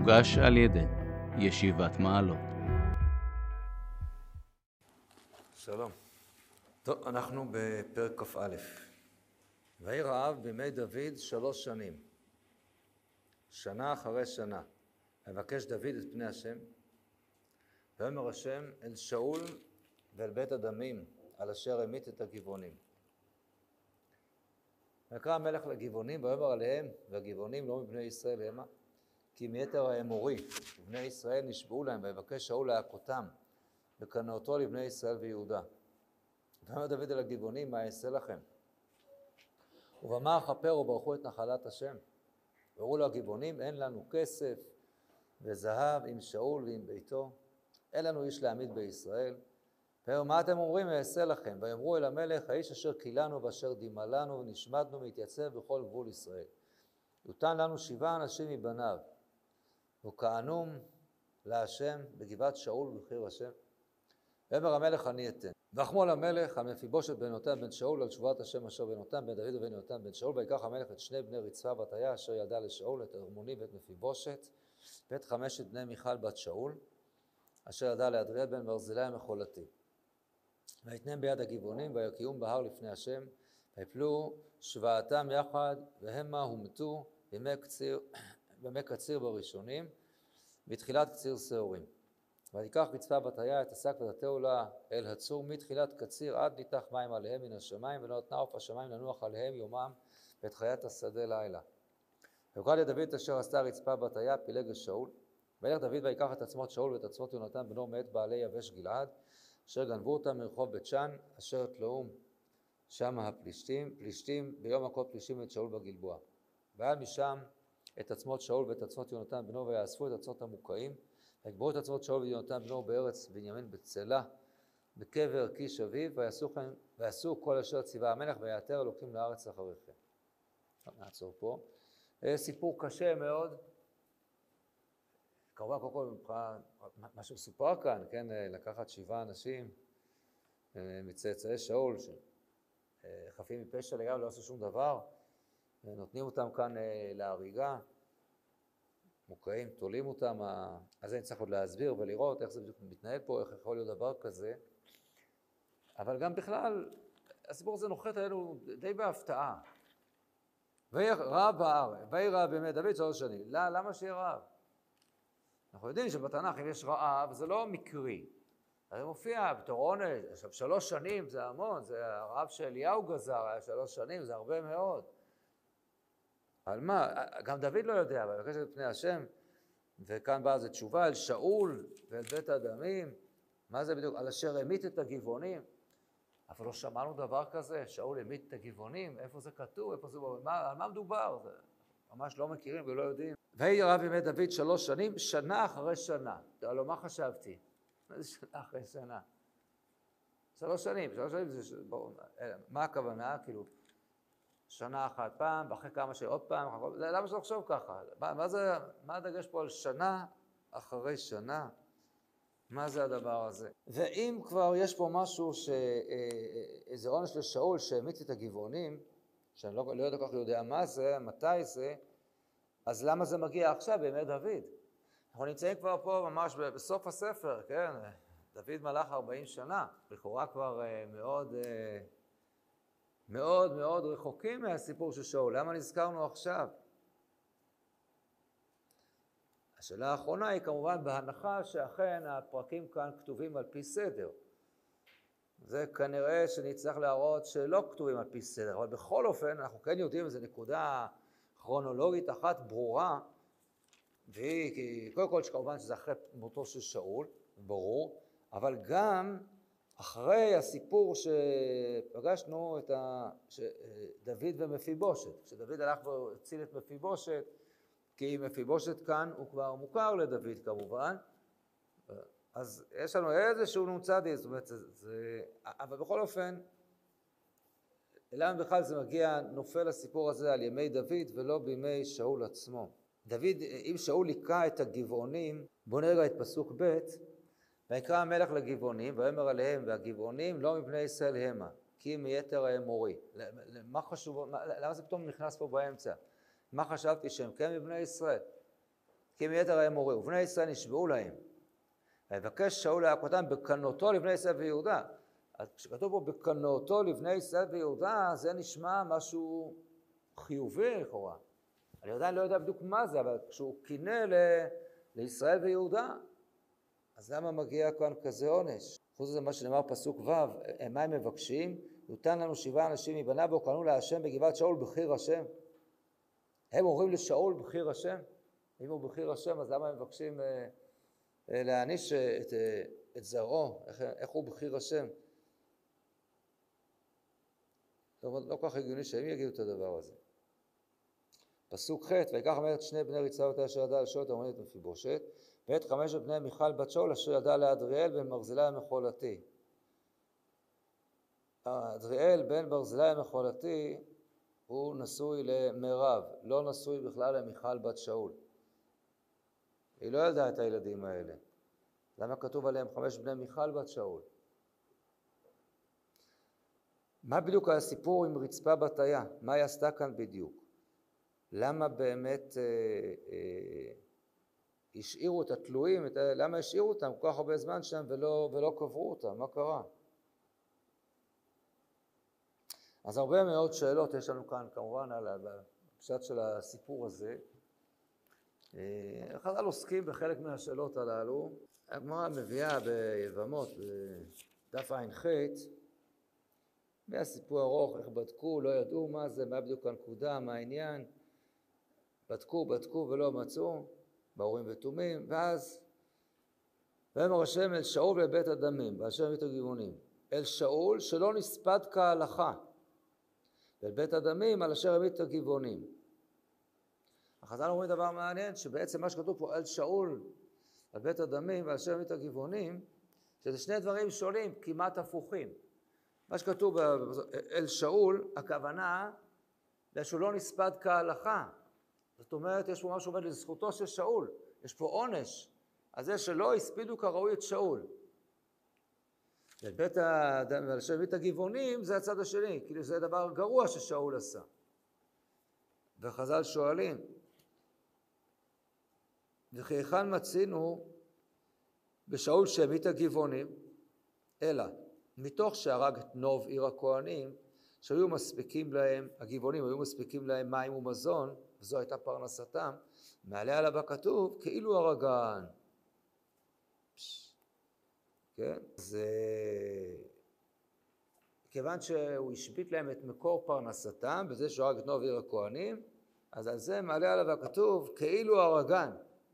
מוגש על ידי ישיבת מעלות. שלום. טוב, אנחנו בפרק כ"א. ויהי רעב בימי דוד 3 שנים, שנה אחרי שנה. מבקש דוד את פני השם, ויאמר השם אל שאול ואל בית הדמים, על אשר המית את הגבעונים. ויקרא המלך לגבעונים, ויאמר עליהם, והגבעונים לא מבני ישראל המה, כי מיתר האמורי, ובני ישראל נשבעו להם, ויבקש שאול להכותם, וקנאותו לבני ישראל ויהודה. ואמר דוד אל הגבעונים, מה אעשה לכם? ובמה אכפר וברכו את נחלת השם? ואמרו לו הגבעונים, אין לנו כסף וזהב עם שאול ועם ביתו, אין לנו איש להעמיד בישראל. ואמר, מה אתם אומרים אעשה לכם? ויאמרו אל המלך, האיש אשר קילנו ואשר דימה לנו ונשמדנו מתייצב בכל גבול ישראל. יותן לנו 7 אנשים מבניו, וכהנום להשם בגבעת שאול ובחיר השם. ואמר המלך, אני אתן. וחמו למלך על מפיבושת בן יונתן בן שאול, על שבועת השם אשר בן יונתן בן דוד ובן יונתן בן שאול. ויקח המלך את 2 בני רצפה בת איה אשר ילדה לשאול, את הרמוני ואת מפיבושת, ואת 5 בני מיכל בת שאול אשר ילדה לאדריאל בן ברזילי המחולתי. ויתנם ביד הגבעונים, ויקיעום בהר לפני השם, ויפלו שבעתם יחד, והמה הומתו בימי קציר בראשונים, בתחילת קציר שעורים. ותיקח רצפה בת איה את השק ותטהו לה אל הצור מתחילת קציר עד ניתח מים עליהם מן השמיים, ולא נתנה עוף השמיים לנוח עליהם יומם, ואת חיית השדה לילה. ויקרא לדוד את אשר עשתה רצפה בת איה פילג לשאול. וילך דוד ויקח את עצמות שאול ואת עצמות יונתן בנו מאת בעלי יבש גלעד, אשר גנבו אותם מרחוב בית שן, אשר תלאום שם פלישתים ביום מכות פלישתים את שאול בגלבוע. והיה משם את עצמות שאול ואת עצמות יונתן בנו, ויאספו את עצמות המוקעים, ויקברו את עצמות שאול ויונתן בנו בארץ בנימין בצלה, בקבר קיש אביו, ויעשו כל אשר ציווה המלך, ויעתר אלוקים לארץ אחריכם. נעצור פה. סיפור קשה מאוד. כמובן, קודם כל, מה שמסופר כאן, כן, לקחת 7 אנשים מצאצאי שאול, שחפים מפשע לגמרי, לא עשו שום דבר, נותנים אותם כאן להריגה, מוקעים, תולים אותם, אז אני צריך עוד להסביר ולראות איך זה בדיוק מתנהל פה, איך יכול להיות דבר כזה. אבל גם בכלל, הסיפור הזה נוחת עלינו די בהפתעה. ויהי רעב בארץ, ויהי רעב בימי דוד 3 שנים. למה שיהיה רעב? אנחנו יודעים שבתנ"ך אם יש רעב זה לא מקרי. זה מופיע בתור עונש, עכשיו 3 שנים זה המון, זה הרעב שאליהו גזר, היה 3 שנים, זה הרבה מאוד. על מה? גם דוד לא יודע, אבל מבקש את פני השם, וכאן באה זו תשובה אל שאול ואל בית הדמים, מה זה בדיוק? על אשר המית את הגבעונים, אבל לא שמענו דבר כזה, שאול המית את הגבעונים, איפה זה כתוב, איפה זה, על מה מדובר? זה ממש לא מכירים ולא יודעים. ויהי רעב בימי דוד 3 שנים, שנה אחרי שנה. הלוא מה חשבתי? מה זה שנה אחרי שנה? 3 שנים, 3 שנים זה, מה הכוונה? כאילו, שנה אחת פעם, ואחרי כמה שעוד פעם, למה שלא לחשוב ככה? מה הדגש פה על שנה אחרי שנה? מה זה הדבר הזה? ואם כבר יש פה משהו, איזה עונש לשאול שהמית את הגבעונים, שאני לא יודע כל כך יודע מה זה, מתי זה, אז למה זה מגיע עכשיו בימי דוד? אנחנו נמצאים כבר פה ממש בסוף הספר, כן? דוד מלך 40 שנה, לכאורה כבר מאוד מאוד רחוקים מהסיפור של שאול. למה נזכרנו עכשיו? השאלה האחרונה היא כמובן בהנחה שאכן הפרקים כאן כתובים על פי סדר. זה כנראה שנצטרך להראות שלא כתובים על פי סדר, אבל בכל אופן אנחנו כן יודעים, זו נקודה כרונולוגית אחת ברורה, והיא קודם כל שכמובן שזה אחרי מותו של שאול, ברור, אבל גם אחרי הסיפור שפגשנו את דוד ומפיבושת, שדוד הלך והציל את מפיבושת, כי מפיבושת כאן הוא כבר מוכר לדוד כמובן, אז יש לנו איזשהו נומצדי, זאת אומרת, אבל בכל אופן, למה בכלל זה מגיע, נופל הסיפור הזה על ימי דוד ולא בימי שאול עצמו. דוד, אם שאול היקע את הגבעונים, בוא נראה את פסוק ב', ויקרא המלך לגבעונים, ויאמר עליהם, והגבעונים לא מבני ישראל המה, כי מיתר האמורי. מה חשוב, למה זה פתאום נכנס פה באמצע? מה חשבתי שהם כן מבני ישראל? כי מיתר האמורי, ובני ישראל נשבעו להם. ויבקש שאול להכותם בקנאותו לבני ישראל ויהודה. אז כשכתוב פה בקנאותו לבני ישראל ויהודה, זה נשמע משהו חיובי לכאורה. אני עדיין לא יודע בדיוק מה זה, אבל כשהוא קינא לישראל ויהודה, אז למה מגיע כאן כזה עונש? חוץ לזה מה שנאמר פסוק ו', מה הם מבקשים? נותן לנו 7 אנשים מבניו וקראנו להשם בגבעת שאול בחיר השם. הם אומרים לשאול בחיר השם. אם הוא בחיר השם, אז למה הם מבקשים להעניש את זרעו? איך הוא בחיר השם? לא כל כך הגיוני שהם יגידו את הדבר הזה. פסוק ח' ויקח המלך את 2 בני ריצה אשר ידע לשאול את המוני את מפיבושת, ואת 5 בני מיכל בת שאול אשר ידע לאדריאל בן ברזילי המחולתי. אדריאל בן ברזילי המחולתי הוא נשוי למירב, לא נשוי בכלל למיכל בת שאול. היא לא ילדה את הילדים האלה. למה כתוב עליהם 5 בני מיכל בת שאול? מה בדיוק הסיפור עם רצפה בתיה? מה היא עשתה כאן בדיוק? למה באמת השאירו את התלויים, למה השאירו אותם כל כך הרבה זמן שם ולא קברו אותם? מה קרה? אז הרבה מאוד שאלות יש לנו כאן כמובן על הפשט של הסיפור הזה. חז"ל עוסקים בחלק מהשאלות הללו. הגמרא מביאה ביבמות, בדף ע"ח, מהסיפור ארוך, איך בדקו, לא ידעו מה זה, מה בדיוק הנקודה, מה העניין. בדקו ולא מצאו, באורים ותומים, ואז ואמר השם אל שאול לבית הדמים, והשם מביא את הגבעונים. אל שאול שלא נספד כהלכה, ואל בית הדמים על אשר הביא את הגבעונים. החז"ל אומרים דבר מעניין, שבעצם מה שכתוב פה אל שאול, על בית הדמים ועל אשר הביא את הגבעונים, שזה שני דברים שונים, כמעט הפוכים. מה שכתוב אל שאול, הכוונה שהוא לא נספד כהלכה. זאת אומרת, יש פה משהו עומד לזכותו של שאול. יש פה עונש על זה שלא הספידו כראוי את שאול. ובית האדם, ועל שבית הגבעונים זה הצד השני, כאילו זה דבר גרוע ששאול עשה. וחז"ל שואלים, וכי היכן מצינו בשאול שהמית הגבעונים, אלא מתוך שהרג את נוב עיר הכהנים, שהיו מספיקים להם, הגבעונים היו מספיקים להם מים ומזון, וזו הייתה פרנסתם, מעלה עליו הכתוב כאילו הרגן. כן? זה כיוון שהוא השבית להם את מקור פרנסתם, בזה שהוא הרג את נוב עיר הכהנים, אז על זה מעלה עליו הכתוב כאילו הרגן.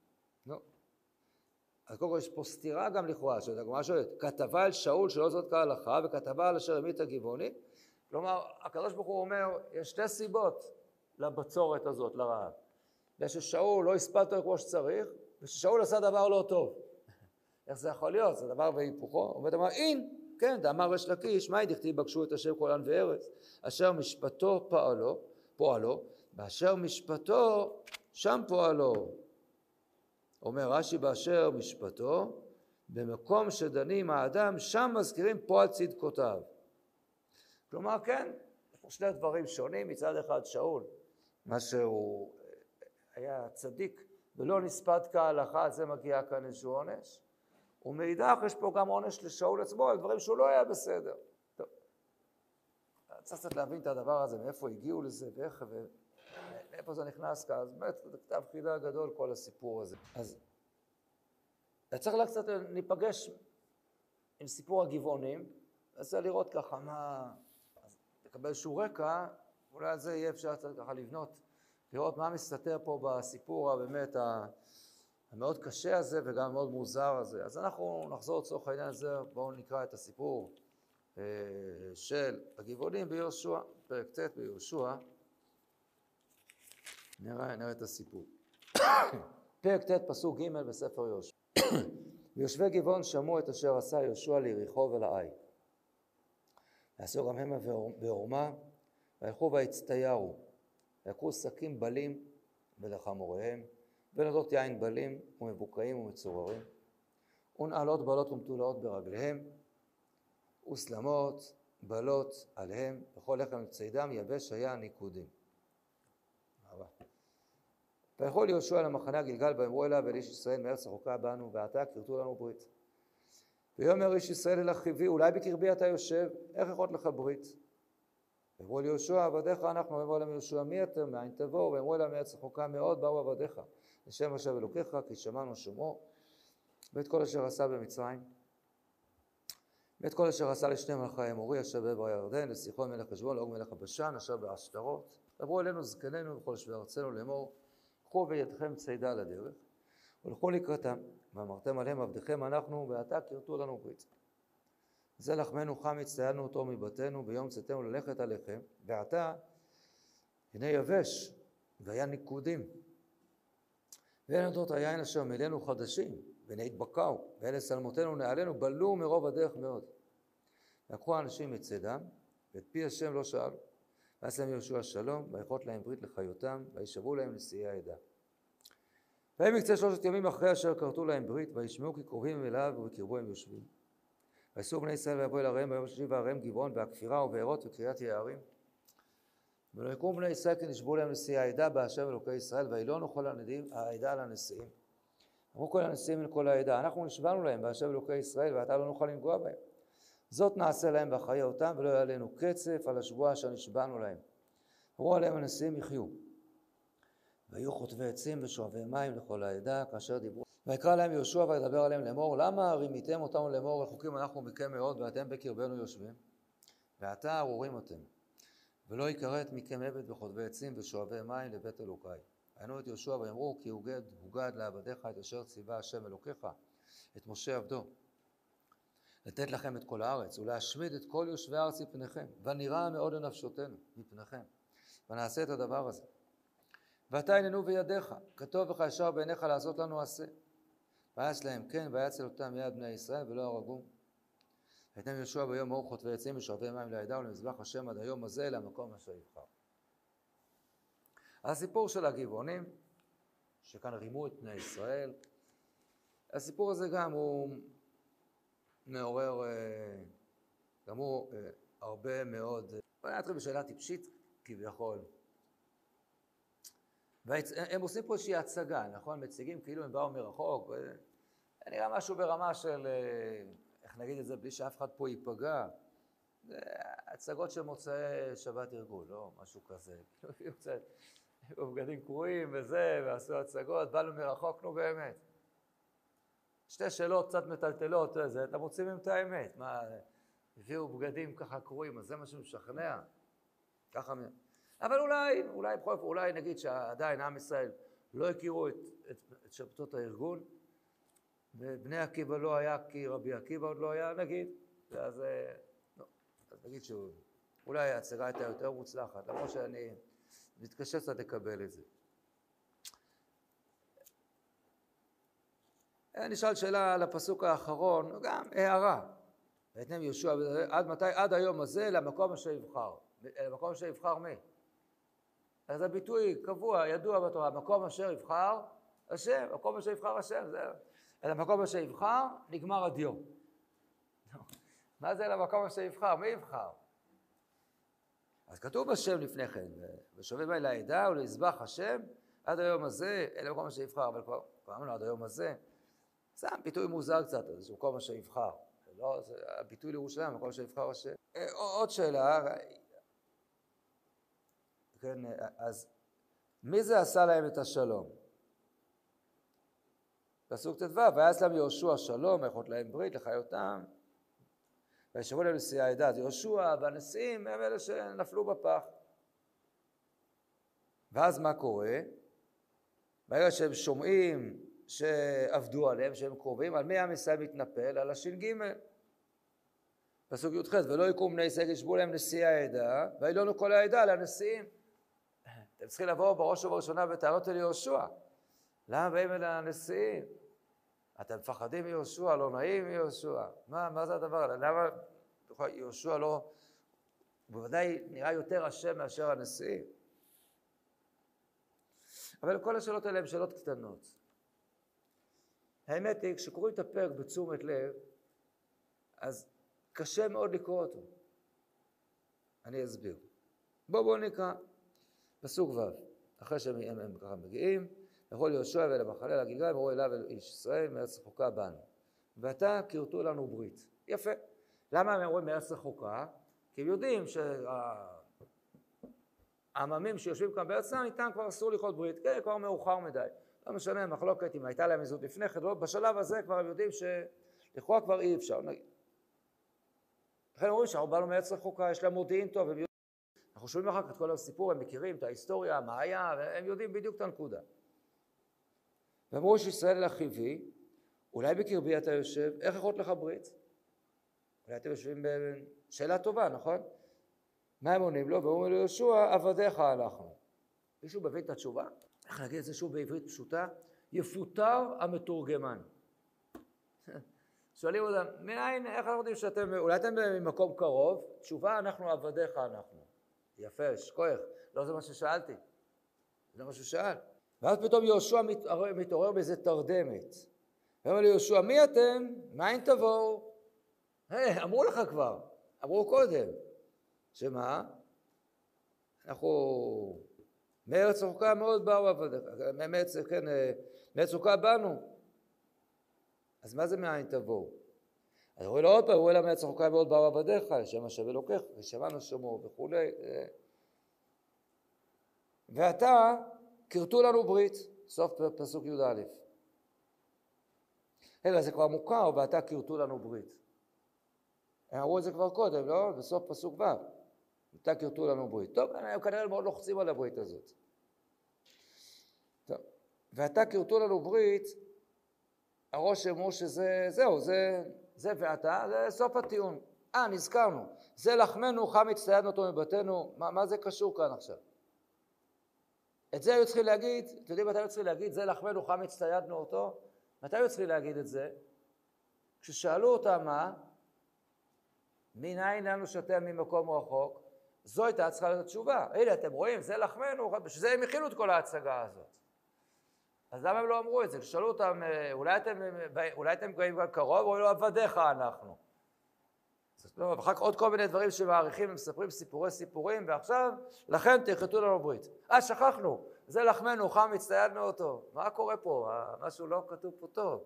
אז קודם כל יש פה סתירה גם לכאורה, שהגמרא שואלת, כתבה על שאול שלא זאת כהלכה, וכתבה על אשר המית הגבעונים. כלומר, הקדוש ברוך הוא אומר, יש 2 סיבות לבצורת הזאת, לרעב. וששאול לא הספד אותו כמו שצריך, וששאול עשה דבר לא טוב. איך זה יכול להיות? זה דבר והיפוכו. הוא אומר, כן, דאמר ריש לקיש, מה דכתיב בקשו את השם כל עם וארץ, אשר משפטו פועלו, באשר משפטו שם פועלו. אומר רש"י, באשר משפטו, במקום שדנים האדם, שם מזכירים פועל צדקותיו. כלומר, כן, יש פה 2 דברים שונים. מצד אחד שאול, מה שהוא היה צדיק ולא נספד כהלכה, על זה מגיע כאן איזשהו עונש. ומאידך יש פה גם עונש לשאול עצמו על דברים שהוא לא היה בסדר. טוב, צריך קצת להבין את הדבר הזה, מאיפה הגיעו לזה ואיך ואיפה זה נכנס כאן. אז באמת, זה כתב חידה גדול כל הסיפור הזה. אז צריך קצת ניפגש עם סיפור הגבעונים, ננסה לראות ככה מה, לקבל איזשהו רקע, אולי על זה יהיה אפשר ככה לבנות, לראות מה מסתתר פה בסיפור באמת המאוד קשה הזה וגם מאוד מוזר הזה. אז אנחנו נחזור לצורך העניין הזה, בואו נקרא את הסיפור של הגבעונים ביהושע, פרק ט' ביהושע, נראה את הסיפור. פרק ט' פסוק ג' בספר יהושע. ויושבי גבעון שמעו את אשר עשה יהושע ליריחו ולעי. ועשו גם המה בעורמה, וילכו והצטיירו, ויקחו שקים בלים ולחמוריהם, ונדות יין בלים ומבוקעים ומצוררים, ונעלות בלות ומתולעות ברגליהם, וסלמות בלות עליהם, וכל לחם צידם יבש היה ניקודים. ויכול יהושע למחנה גלגל ואמרו אליו אל איש ישראל מארץ רחוקה באנו ועתה כרתו לנו ברית. ויאמר איש ישראל אל אחיו אולי בקרבי אתה יושב, איך אכרות לך ברית? ואמרו אל יהושע עבדיך אנחנו, ואמרו אליהם יהושע מי אתם מאין תבואו? ואמרו אליהם מארץ רחוקה מאוד באו עבדיך לשם השם אלוקיך כי שמענו שמו ואת כל אשר עשה במצרים ואת כל אשר עשה לשני מלכי האמורי אשר בעבר הירדן לסיחון מלך חשבון לעוג מלך הבשן אשר בעשתרות. דברו אלינו זקנינו וכל יושבי ארצנו לאמור קחו בידכם צידה לדרך ולכו לקראתם ואמרתם עליהם עבדיכם אנחנו ועתה כרתו לנו ברית. זה לחמנו חם הצטיינו אותו מבתינו ביום צאתנו ללכת עליכם ועתה הנה יבש והיה ניקודים ואין עדות היין אשר מילאנו חדשים והנה התבקעו ואלה סלמותינו נעלינו בלו מרוב הדרך מאוד. לקחו האנשים את צידם ואת פי השם לא שאלו ועשה להם יהושע שלום ויכרות להם ברית לחיותם וישבו להם נשיאי העדה. והם מקצה 3 ימים אחרי אשר כרתו להם ברית וישמעו כי קרובים אליו ובקרבו הם יושבים. ויסעו בני ישראל ויבואו אל עריהם ביום השלישי ועריהם גבעון והכפירה ובארות וקריית יערים. ולא יקום בני ישראל כי נשבעו להם נשיאי העדה בהשם אלוקי ישראל וילונו כל העדה על הנשיאים. אמרו כל הנשיאים אל כל העדה אנחנו נשבענו להם בהשם אלוקי ישראל ואתה לא נוכל לנגוע בהם. זאת נעשה להם ואחיה אותם ולא יהיה עלינו קצף על השבועה אשר נשבענו להם. אמרו עליהם הנשיאים יחיו. והיו חוטבי עצים ושואבי מים לכל העדה כאשר דיברו. ויקרא להם יהושע וידבר עליהם לאמור למה רימיתם אותנו לאמור רחוקים אנחנו מכם מאוד ואתם בקרבנו יושבים ועתה ארורים אתם ולא יכרת מכם עבד וחוטבי עצים ושואבי מים לבית אלוקי. ענו את יהושע ואמרו כי הוגד לעבדיך את אשר ציווה השם אלוקיך את משה עבדו לתת לכם את כל הארץ ולהשמיד את כל יושבי הארץ מפניכם ונראה מאוד לנפשותנו מפניכם ונעשה את הדבר הזה. ואתה הננו בידיך כתוב לך ישר בעיניך לעשות לנו עשה. ויעש להם כן ויצל אותם מיד בני ישראל ולא הרגום. ויתן יהושע ביום ההוא חוטבי עצים ושואבי מים לעדה ולמזבח השם עד היום הזה למקום אשר יבחר. הסיפור של הגבעונים שכאן רימו את בני ישראל, הסיפור הזה גם הוא מעורר גם הוא הרבה מאוד, בואי נתחיל בשאלה טיפשית כביכול. והם עושים פה איזושהי הצגה, נכון? מציגים כאילו הם באו מרחוק, נראה משהו ברמה של, איך נגיד את זה בלי שאף אחד פה ייפגע, הצגות של מוצאי שבת ארגון, לא משהו כזה, כאילו קצת בגדים קרועים וזה, ועשו הצגות, באנו מרחוק, נו באמת. שתי שאלות קצת מטלטלות, אתם רוצים עם את האמת, מה, הביאו בגדים ככה קרועים, אז זה משהו משכנע, ככה... אבל אולי נגיד שעדיין עם ישראל לא הכירו את שבתות הארגון, ובני עקיבא לא היה כי רבי עקיבא עוד לא היה, נגיד, אז נגיד שאולי ההצגה הייתה יותר מוצלחת, למרות שאני מתקשה קצת לקבל את זה. נשאל שאלה על הפסוק האחרון, גם הערה. ויתנם יהושע עד מתי? עד היום הזה למקום אשר יבחר. למקום אשר יבחר מי? אז הביטוי קבוע, ידוע בתורה, מקום אשר יבחר השם, מקום אשר יבחר השם, זהו. למקום אשר יבחר, נגמר הדיו. מה זה למקום אשר יבחר? מי יבחר? אז כתוב בשם לפני כן, ושווים אל העדה ולזבח השם, עד היום הזה, אלה מקום אשר יבחר, אבל כבר אמרנו עד היום הזה, זה ביטוי מוזר קצת, זה מקום אשר יבחר. לא, זה הביטוי לירושלים, מקום אשר יבחר השם. עוד שאלה, כן, אז מי זה עשה להם את השלום? פסוק ט"ו, ויעש להם יהושע שלום, ויכרות להם ברית לחיותם, וישבו להם נשיאי העדה. אז יהושע והנשיאים הם אלה שנפלו בפח. ואז מה קורה? ברגע שהם שומעים שעבדו עליהם, שהם קרובים, על מי עם ישראל מתנפל? על הש"ג. פסוק י"ח, ולא יקום בני ישראל ישבו להם נשיאי העדה, וילונו כל העדה לנשיאים. אתם צריכים לבוא בראש ובראשונה בטענות אל יהושע. למה באים אל הנשיאים? אתם מפחדים מיהושע, לא נעים מיהושע. מה זה הדבר הזה? למה יהושע לא, בוודאי נראה יותר אשם מאשר הנשיאים? אבל כל השאלות האלה הן שאלות קטנות. האמת היא, כשקוראים את הפרק בתשומת לב, אז קשה מאוד לקרוא אותו. אני אסביר. בואו נקרא. פסוק ו', אחרי שהם ככה מגיעים, יכול יהושע ואל המחנה לגלגל, ואמרו אליו אל איש ישראל, מארץ רחוקה באנו. ועתה כרתו לנו ברית. יפה. למה הם אומרים מארץ רחוקה? כי הם יודעים שהעממים שיושבים כאן בארצם, איתם כבר אסור לכרות ברית, כן, כבר מאוחר מדי. לא משנה, מחלוקת אם הייתה להם איזות לפני כן, בשלב הזה כבר הם יודעים שלכאורה כבר אי אפשר. לכן אומרים שאנחנו באנו מארץ רחוקה, יש להם מודיעין טוב, הם יודעים. אנחנו שומעים אחר כך את כל הסיפור, הם מכירים את ההיסטוריה, מה היה, והם יודעים בדיוק את הנקודה. ואמרו שישראל אל אחיבי, אולי בקרבי אתה יושב, איך יכולת לך ברית? אולי אתם יושבים בשאלה טובה, נכון? מה הם עונים לו? ואומרים לו יהושע, עבדיך אנחנו. מישהו מבין את התשובה? איך נגיד את זה שוב בעברית פשוטה? יפוטר המתורגמן. שואלים אותם, מאין, איך אנחנו יודעים שאתם, אולי אתם במקום קרוב? תשובה, אנחנו עבדיך אנחנו. יפה, שכוח, לא זה מה ששאלתי. זה מה ששאל. ואז פתאום יהושע מתעורר באיזה תרדמת. ואומר ליהושע, מי אתם? מאין תבואו? אמרו לך כבר, אמרו קודם. שמה? אנחנו מארץ רחוקה מאוד באו עבדיך, מארץ רחוקה באנו. אז מה זה מאין תבואו? אז אומרים לו עוד פעם, הוא אלא מארץ רחוקה מאוד באו עבדיך, לשם השם אלוקיך, ושמענו שמו וכו'. ועתה כרתו לנו ברית, סוף פסוק י"א. רגע, זה כבר מוכר, ועתה כרתו לנו ברית. הם אמרו את זה כבר קודם, לא? בסוף פסוק ו'. ועתה כרתו לנו ברית. טוב, הם כנראה מאוד לוחצים על הברית הזאת. טוב, ועתה כרתו לנו ברית, הראש אמרו שזה, זהו, זה ועתה, זה סוף הטיעון. נזכרנו. זה לחמנו, חם הצטיידנו אותו מבתנו, מה זה קשור כאן עכשיו? את זה היו צריכים להגיד, אתם יודעים מתי היו צריכים להגיד, זה לחמנו, חם הצטיידנו אותו? מתי היו צריכים להגיד את זה? כששאלו אותם מה? מניין לנו שאתם ממקום רחוק? זו הייתה צריכה לתת תשובה. הנה, אתם רואים, זה לחמנו, בשביל זה הם הכילו את כל ההצגה הזאת. אז למה הם לא אמרו את זה? כששאלו אותם, אולי אתם גאים כאן קרוב, או לא עבדיך אנחנו. לא, ואחר כך עוד כל מיני דברים שמעריכים, הם מספרים סיפורים, ועכשיו, לכן תכרתו לנו ברית. שכחנו, זה לחמנו, חם הצטיידנו אותו. מה קורה פה? משהו לא כתוב פה טוב.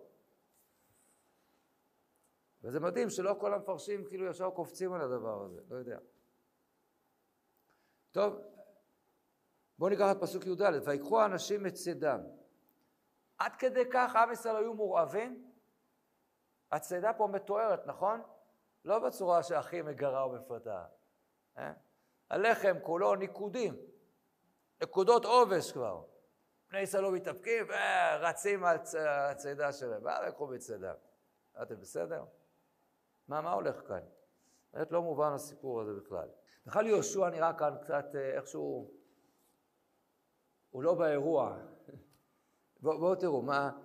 וזה מדהים שלא כל המפרשים כאילו ישר קופצים על הדבר הזה, לא יודע. טוב, בואו ניקח את פסוק י"ד, ויקחו האנשים את צידם. עד כדי כך עם ישראל היו מורעבים? הצידה פה מתוארת, נכון? לא בצורה שהכי מגרה ומפתה. הלחם כולו ניקודים, נקודות עובש כבר. בני ישראל לא מתאפקים ורצים על הצידה שלהם. מה יקחו בצידה? אתם בסדר? מה הולך כאן? באמת לא מובן הסיפור הזה בכלל. בכלל יהושע נראה כאן קצת איכשהו, הוא לא באירוע. בואו תראו,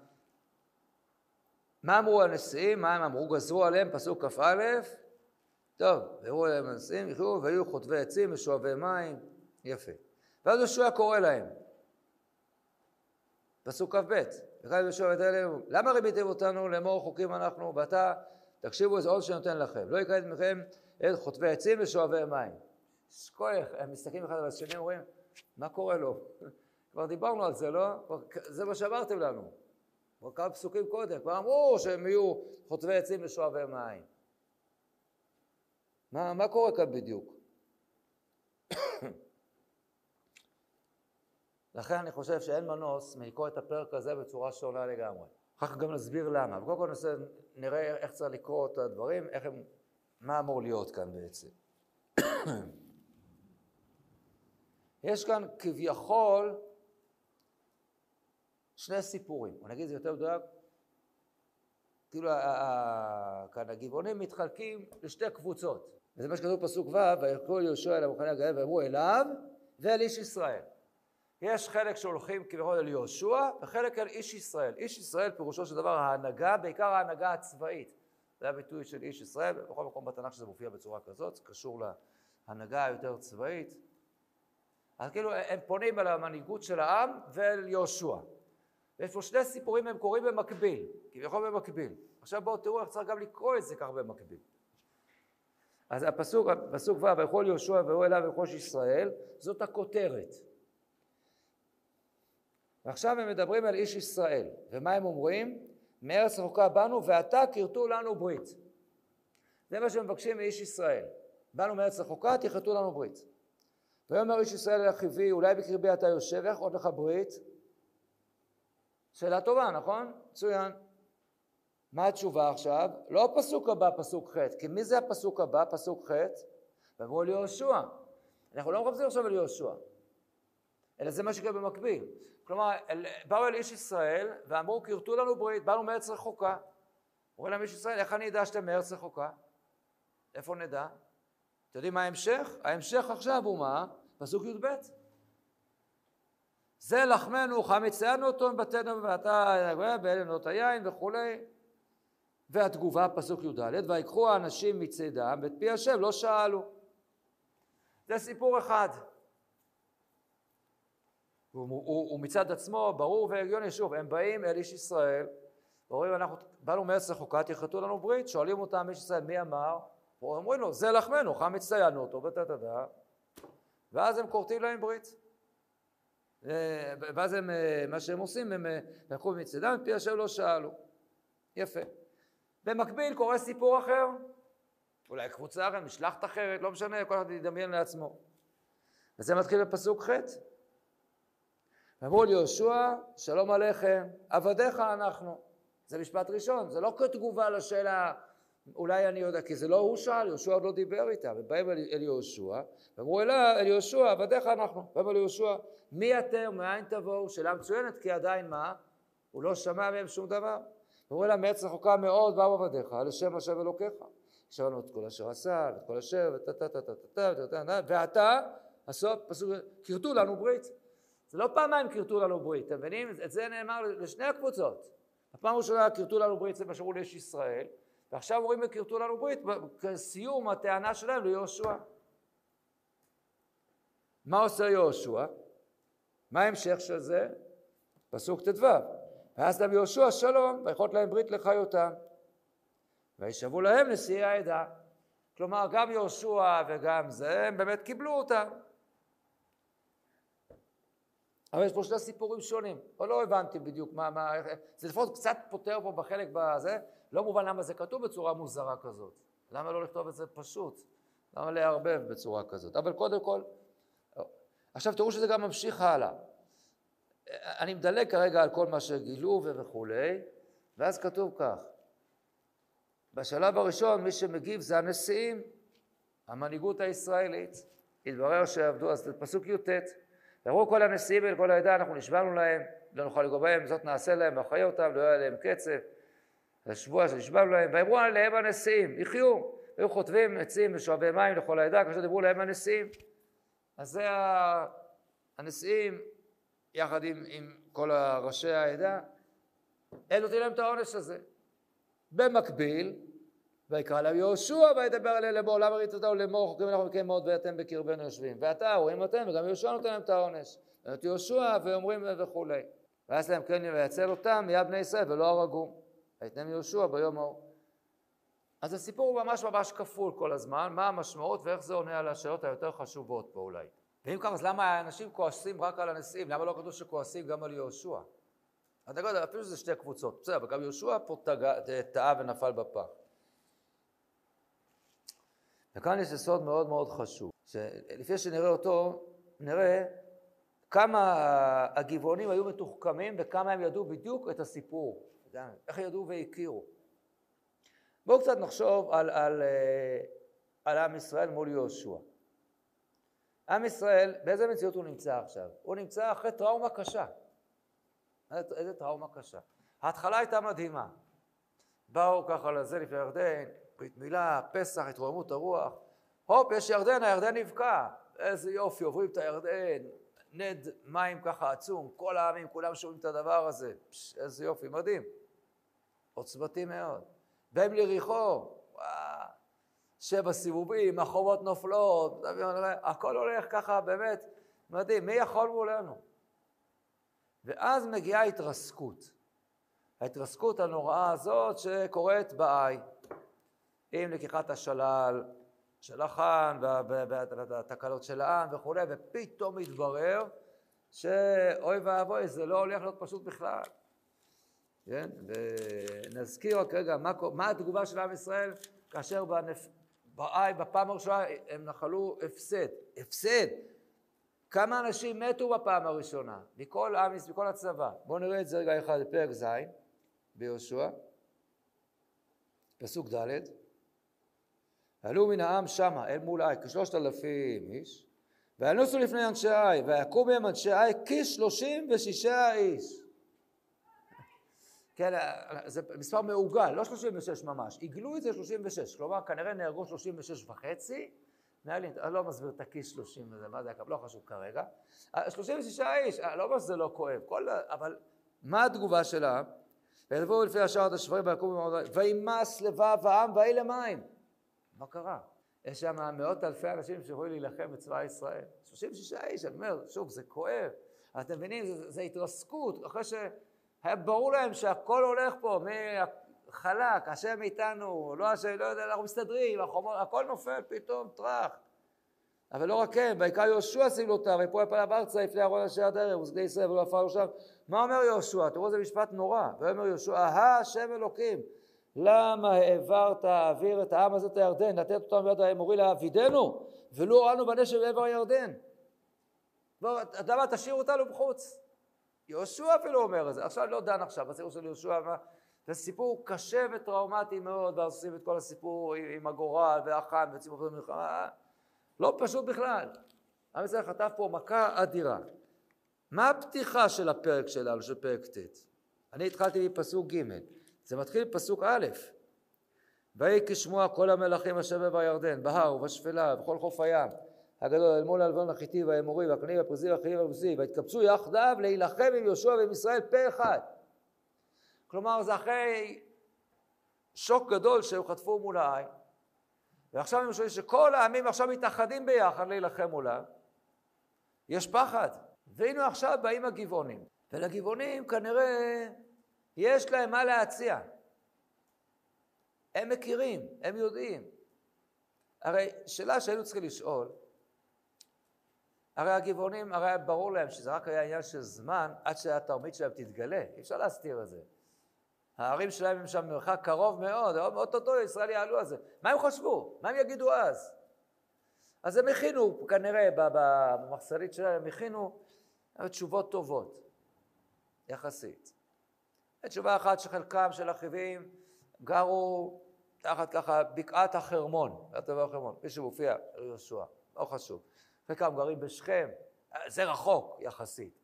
מה אמרו הנשיאים? מה הם אמרו? גזרו עליהם, פסוק כ"א. טוב, והראו עליהם הנשיאים, יחיו, והיו חוטבי עצים ושואבי מים. יפה. ואז יהושע קורא להם. פסוק כ"ב. וכאן יהושע את אליהם, למה רימיתם אותנו לאמור חוקים אנחנו? ואתה תקשיבו איזה עוד שנותן לכם. לא יקראת מכם את חוטבי עצים ושואבי מים. שכוח, הם מסתכלים אחד על השני, אומרים, מה קורה לו? כבר דיברנו על זה, לא? זה מה שאמרתם לנו. כבר כמה פסוקים קודם, כבר אמרו שהם יהיו חוטבי עצים ושואבי מים. מה קורה כאן בדיוק? לכן אני חושב שאין מנוס מלקרוא את הפרק הזה בצורה שונה לגמרי. אחר כך גם נסביר למה. וקודם כל נראה איך צריך לקרוא את הדברים, מה אמור להיות כאן בעצם. יש כאן כביכול שני סיפורים. אני אגיד את זה יותר מדויק. כאילו כאן הגבעונים מתחלקים לשתי קבוצות. וזה מה שכתוב פסוק ו', ויקחו יהושע אל המחנה הגדול ואמרו אליו ואל איש ישראל. יש חלק שהולכים כביכול אל יהושע וחלק אל איש ישראל. איש ישראל פירושו של דבר ההנהגה, בעיקר ההנהגה הצבאית. זה הביטוי של איש ישראל, בכל מקום בתנ"ך שזה מופיע בצורה כזאת, זה קשור להנהגה היותר צבאית. אז כאילו הם פונים על המנהיגות של העם ואל יהושע. ויש פה שני סיפורים, הם קוראים במקביל, כביכול במקביל. עכשיו בואו תראו איך צריך גם לקרוא את זה כך במקביל. אז הפסוק ו' ויכול יהושע והוא אליו ויכול ישראל, זאת הכותרת. ועכשיו הם מדברים על איש ישראל, ומה הם אומרים? מארץ רחוקה באנו ועתה כרתו לנו ברית. זה מה שמבקשים מאיש ישראל. באנו מארץ רחוקה, תכרתו לנו ברית. ויאמר איש ישראל אל אחיו, אולי בקרבי אתה יושב, איך עוד לך ברית? שאלה טובה, נכון? מצוין. מה התשובה עכשיו? לא הפסוק הבא, פסוק ח', כי מי זה הפסוק הבא, פסוק ח'? ואמרו לי יהושע. אנחנו לא מחפשים עכשיו על יהושע, אלא זה מה שקרה במקביל. כלומר, באו אל איש ישראל ואמרו, כרתו לנו ברית, באנו מארץ רחוקה. אומרים להם איש ישראל, איך אני אדע שאתם מארץ רחוקה? איפה נדע? אתם יודעים מה ההמשך? ההמשך עכשיו הוא מה? פסוק י"ב. זה לחמנו, חמיצנו אותו מבתנו ואתה באלנות היין וכולי. והתגובה פסוק י"ד, ויקחו האנשים מצדם ואת פי השם לא שאלו. זה סיפור אחד. הוא מצד עצמו ברור והגיוני. שוב, הם באים אל איש ישראל, ואומרים, אנחנו באנו מארץ רחוקה, תכרתו לנו ברית. שואלים אותם איש ישראל, מי אמר? אומרים לו, זה לחמנו, חמיצנו אותו, ואז הם כורתים להם ברית. ואז הם, מה שהם עושים, הם לקחו מצדם, פי השם לא שאלו. יפה. במקביל קורה סיפור אחר, אולי קבוצה אחרת, משלחת אחרת, לא משנה, כל אחד ידמיין לעצמו. וזה מתחיל בפסוק ח'. ואמרו לי יהושע, שלום עליכם, עבדיך אנחנו. זה משפט ראשון, זה לא כתגובה לשאלה, אולי אני יודע, כי זה לא הוא שאל, יהושע עוד לא דיבר איתה, ובאים אל יהושע, ואמרו אל יהושע, עבדיך אנחנו. ואמרו ליהושע, מי אתם, מאין תבואו? שאלה מצוינת, כי עדיין מה? הוא לא שמע מהם שום דבר. ואמרו לה, מארץ רחוקה מאוד באו עבדיך, לשם השם אלוקיך. שמענו את כל אשר עשה, ואת כל אשר, ואתה, הסוף, פסוק, כרתו לנו ברית. זה לא פעמיים כרתו לנו ברית, אתם מבינים? את זה נאמר לשני הקבוצות. הפעם ראשונה כרתו לנו ברית, זה מה שאמרו לאיש ישראל, ועכשיו אומרים כרתו לנו ברית, כסיום הטענה שלהם ליהושע. מה עושה יהושע? מה ההמשך של זה? פסוק ט"ו. ואז להם יהושע שלום, ויכות להם ברית לחיותם. וישבו להם נשיאי העדה. כלומר, גם יהושע וגם זה, הם באמת קיבלו אותם. אבל יש פה שני סיפורים שונים, או לא הבנתי בדיוק מה, זה לפחות קצת פותר פה בחלק בזה, לא מובן למה זה כתוב בצורה מוזרה כזאת. למה לא לכתוב את זה פשוט? למה להערבב בצורה כזאת? אבל קודם כל, עכשיו תראו שזה גם ממשיך הלאה. אני מדלג כרגע על כל מה שגילו וכולי, ואז כתוב כך, בשלב הראשון מי שמגיב זה הנשיאים, המנהיגות הישראלית, התברר שעבדו, אז זה פסוק י"ט, ואמרו כל הנשיאים ולכל העדה, אנחנו נשבענו להם, לא נוכל לגוע בהם, זאת נעשה להם, נחיה אותם, לא היה להם קצב, השבוע שנשבענו להם, ואמרו עליהם הנשיאים, יחיו, היו חוטבים עצים ושואבי מים לכל העדה, כאשר דיברו להם הנשיאים. אז זה הנשיאים, יחד עם כל ראשי העדה, הם נותנים להם את העונש הזה. במקביל, ויקרא להם יהושע וידבר עליהם לאמור, למה ראית אותנו לאמור, חוקרים אנחנו מכם מאוד ואתם בקרבנו יושבים. ואתה, רואים אתם, וגם יהושע נותן להם את העונש. ואת יהושע ואומרים וכולי. ואז להם כן ויצל אותם, יהיה בני ישראל ולא הרגו. ויתנם יהושע ביום ההוא. אז הסיפור הוא ממש כפול כל הזמן, מה המשמעות ואיך זה עונה על השאלות היותר חשובות פה אולי. ואם כך, אז למה האנשים כועסים רק על הנשיאים? למה לא כתוב שכועסים גם על יהושע? אתה יודע, אפילו שזה שתי קבוצות, בסדר, אבל גם יהושע פה טעה ונפל בפח. וכאן יש יסוד מאוד מאוד חשוב, שלפני שנראה אותו, נראה כמה הגבעונים היו מתוחכמים וכמה הם ידעו בדיוק את הסיפור, איך ידעו והכירו. בואו קצת נחשוב על עם ישראל מול יהושע. עם ישראל, באיזה מציאות הוא נמצא עכשיו? הוא נמצא אחרי טראומה קשה. איזה טראומה קשה. ההתחלה הייתה מדהימה. באו ככה לזה לפני ירדן, ברית מילה, פסח, התרוממות הרוח. הופ, יש ירדן, הירדן נבקע. איזה יופי, עוברים את הירדן, נד מים ככה עצום, כל העמים, כולם שומעים את הדבר הזה. איזה יופי, מדהים. עוצמתי מאוד. באים ליריחו, 7 סיבובים, החומות נופלות, הכל הולך ככה באמת מדהים, מי יכול מולנו? ואז מגיעה התרסקות. ההתרסקות הנוראה הזאת שקורית בעי, עם לקיחת השלל של החאן והתקלות של העם וכו', ופתאום מתברר שאוי ואבוי, זה לא הולך להיות פשוט בכלל. כן? ונזכיר רק רגע, מה התגובה של עם ישראל, כאשר בפעם הראשונה הם נחלו הפסד. הפסד! כמה אנשים מתו בפעם הראשונה, מכל הצבא. בואו נראה את זה רגע אחד בפרק ז' ביהושע, פסוק ד'. עלו מן העם שמה, אל מול איי, כ3,000 איש, וינוסו לפני אנשי איי, ויקום מהם אנשי איי כ36 איש. כן, זה מספר מעוגל, לא 36 ממש, עיגלו את זה 36, כלומר כנראה נהרגו 36 וחצי, אני לא מסביר את הכיס 30 וזה, מה זה, לא חשוב כרגע. 36 איש, לא אומר שזה לא כואב, אבל מה התגובה שלה? וילבואו לפי השער את השברים ויקומו במעמד, וימס לבב העם ויהי למים. מה קרה? יש שם מאות אלפי אנשים שיכולים להילחם בצבא ישראל. 36 איש, אני אומר, שוב, זה כואב. אתם מבינים, זה התרסקות, אחרי שהיה ברור להם שהכל הולך פה, חלק, השם איתנו, לא השם, לא יודע, אנחנו מסתדרים, הכל נופל פתאום, טרח. אבל לא רק הם, ויקרא יהושע סבלותיו, ויפול עליו ארצה לפני ארון אנשי הדרך, ושדה ישראל ולא עפר שם. מה אומר יהושע? תראו, זה משפט נורא. ואומר יהושע, השם אלוקים, למה העברת האוויר את העם הזה את הירדן, לתת אותם ביד האמורי להעבידנו, ולא הורדנו בנשק בעבר הירדן? אתה מה, תשאיר אותנו בחוץ. יהושע אפילו אומר את זה. עכשיו לא דן עכשיו, בסיפור של יהושע, זה סיפור קשה וטראומטי מאוד, ועושים את כל הסיפור עם הגורל והחם וציפור במלחמה, לא פשוט בכלל. עם ישראל חטף פה מכה אדירה. מה הפתיחה של הפרק שלנו, של פרק ט'? אני התחלתי מפסוק ג', זה מתחיל בפסוק א', ויהי כשמוע כל המלכים אשר בעבר הירדן, בהר ובשפלה ובכל חוף הים, הגדול אל מול הלבנון החיתי והאמורי והכנעני והפריזי והחיבי והיבוסי, והתקבצו יחדיו להילחם עם יהושע ועם ישראל פה אחד. כלומר, זה אחרי שוק גדול שהם חטפו מול העין, ועכשיו הם שואלים שכל העמים עכשיו מתאחדים ביחד להילחם מולה, יש פחד. והנה עכשיו באים הגבעונים, ולגבעונים כנראה יש להם מה להציע. הם מכירים, הם יודעים. הרי שאלה שהיינו צריכים לשאול, הרי הגבעונים, הרי ברור להם שזה רק היה עניין של זמן עד שהתרמית שלהם תתגלה, אי אפשר להסתיר את זה. הערים שלהם הם שם מרחק קרוב מאוד, אוטוטו ישראל יעלו על זה. מה הם חשבו? מה הם יגידו אז? אז הם הכינו, כנראה במחסנית שלהם, הם הכינו תשובות טובות, יחסית. תשובה אחת שחלקם של החיבים גרו תחת ככה בקעת החרמון, מי שמופיע, יהושע, לא חשוב. חלקם גרים בשכם, זה רחוק יחסית.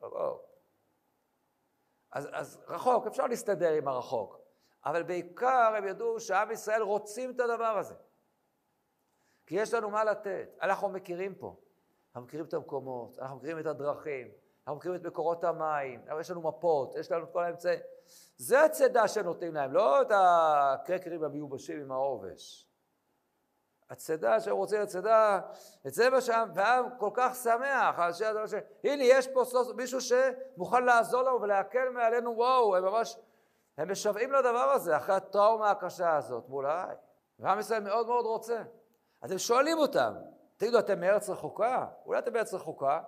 אז רחוק, אפשר להסתדר עם הרחוק, אבל בעיקר הם ידעו שעם ישראל רוצים את הדבר הזה. כי יש לנו מה לתת, אנחנו מכירים פה, אנחנו מכירים את המקומות, אנחנו מכירים את הדרכים, אנחנו מכירים את מקורות המים, יש לנו מפות, יש לנו את כל האמצעים. זה הצדה שנותנים להם, לא את הקרקרים המיובשים עם העובש. הצדה שהם רוצים לצדה, את זה מה שם, והעם כל כך שמח, הנה יש פה מישהו שמוכן לעזור לנו ולהקל מעלינו, וואו, הם משוועים לדבר הזה, אחרי הטראומה הקשה הזאת מול העין. ועם ישראל מאוד מאוד רוצה. אז הם שואלים אותם, תגידו, אתם מארץ רחוקה? אולי אתם מארץ רחוקה?